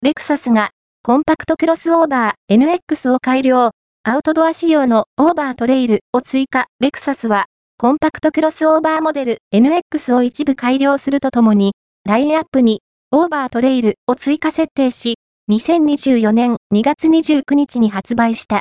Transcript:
レクサスが、コンパクトクロスオーバー NX を改良。アウトドア仕様のオーバートレイルを追加。レクサスは、コンパクトクロスオーバーモデル NX を一部改良するとともに、ラインアップに、オーバートレイルを追加設定し、2024年2月29日に発売した。